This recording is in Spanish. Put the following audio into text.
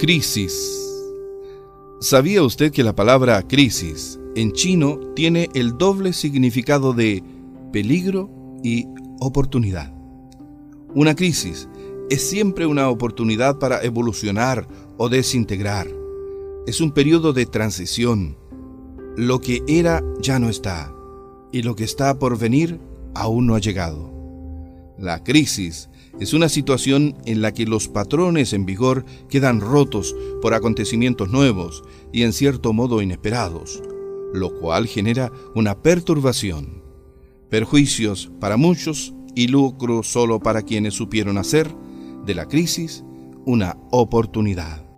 Crisis. ¿Sabía usted que la palabra crisis en chino tiene el doble significado de peligro y oportunidad? Una crisis es siempre una oportunidad para evolucionar o desintegrar. Es un periodo de transición. Lo que era ya no está, y lo que está por venir aún no ha llegado. La crisis es una situación en la que los patrones en vigor quedan rotos por acontecimientos nuevos y en cierto modo inesperados, lo cual genera una perturbación, perjuicios para muchos y lucro solo para quienes supieron hacer de la crisis una oportunidad.